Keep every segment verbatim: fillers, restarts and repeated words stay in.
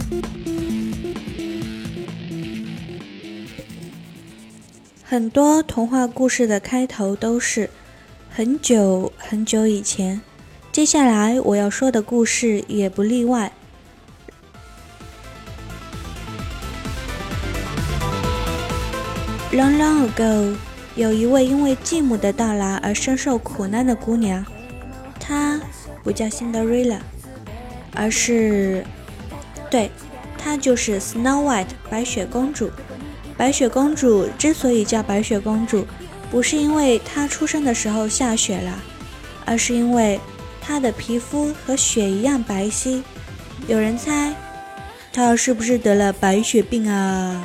很多童话故事的开头都是很久很久以前，接下来我要说的故事也不例外。Long long ago， 有一位因为继母的到来而深受苦难的姑娘，她不叫辛德瑞拉，而是，对，她就是 Snow White 白雪公主。白雪公主之所以叫白雪公主，不是因为她出生的时候下雪了，而是因为她的皮肤和雪一样白皙。有人猜，她是不是得了白血病啊？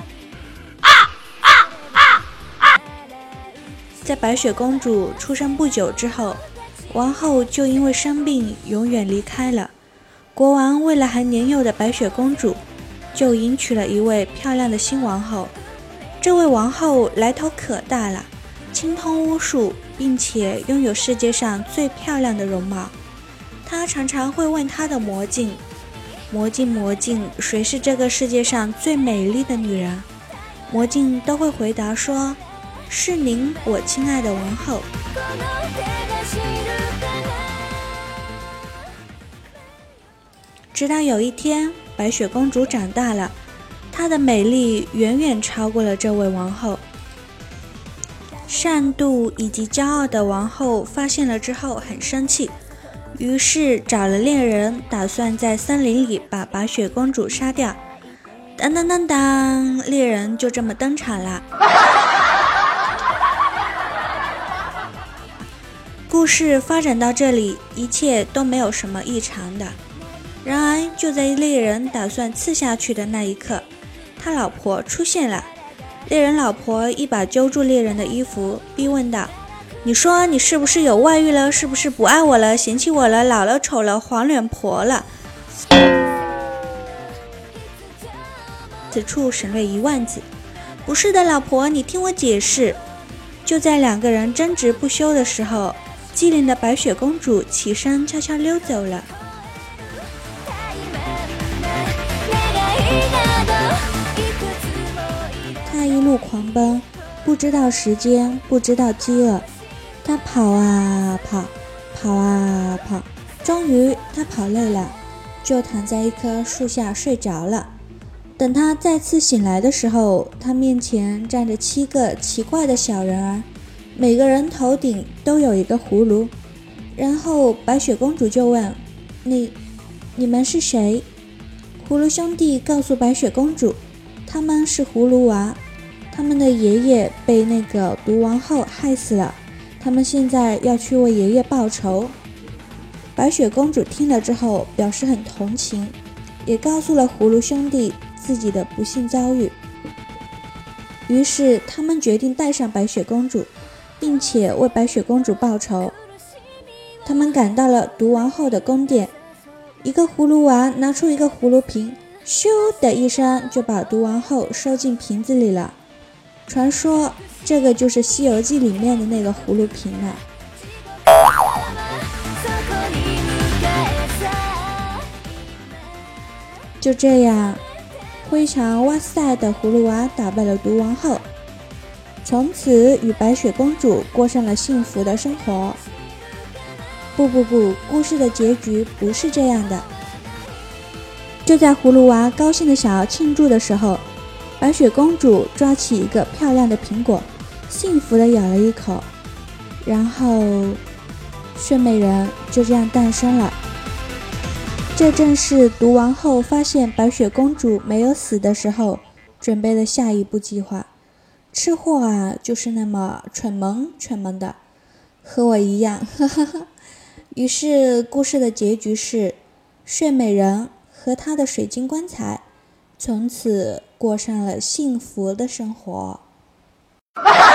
在白雪公主出生不久之后，王后就因为生病永远离开了。国王为了还年幼的白雪公主，就迎娶了一位漂亮的新王后。这位王后来头可大了，精通巫术，并且拥有世界上最漂亮的容貌。她常常会问她的魔镜，魔镜魔镜，谁是这个世界上最美丽的女人？魔镜都会回答说，是您，我亲爱的王后。直到有一天，白雪公主长大了，她的美丽远远超过了这位王后。善妒以及骄傲的王后发现了之后很生气，于是找了猎人，打算在森林里把白雪公主杀掉。当当当当，猎人就这么登场了。故事发展到这里，一切都没有什么异常的。然而就在猎人打算刺下去的那一刻，他老婆出现了。猎人老婆一把揪住猎人的衣服，逼问道，你说你是不是有外遇了？是不是不爱我了？嫌弃我了？老了丑了？黄脸婆了？此处省略一万字。不是的，老婆，你听我解释。就在两个人争执不休的时候，机灵的白雪公主起身悄悄溜走了。她一路狂奔，不知道时间，不知道饥饿。她跑啊跑，跑啊跑，终于她跑累了，就躺在一棵树下睡着了。等她再次醒来的时候，她面前站着七个奇怪的小人儿，每个人头顶都有一个葫芦。然后白雪公主就问，你你们是谁？葫芦兄弟告诉白雪公主，他们是葫芦娃，他们的爷爷被那个毒王后害死了，他们现在要去为爷爷报仇。白雪公主听了之后表示很同情，也告诉了葫芦兄弟自己的不幸遭遇。于是他们决定带上白雪公主，并且为白雪公主报仇。他们赶到了毒王后的宫殿，一个葫芦娃拿出一个葫芦瓶，咻的一声就把毒王后收进瓶子里了。传说这个就是《西游记》里面的那个葫芦瓶了。就这样，非常哇塞的葫芦娃打败了毒王后，从此与白雪公主过上了幸福的生活。不不不，故事的结局不是这样的。就在葫芦娃高兴的想要庆祝的时候，白雪公主抓起一个漂亮的苹果，幸福地咬了一口，然后睡美人就这样诞生了。这正是毒王后发现白雪公主没有死的时候准备的下一步计划。吃货啊，就是那么蠢萌蠢萌的，和我一样，哈哈哈。于是故事的结局是，睡美人和她的水晶棺材从此过上了幸福的生活。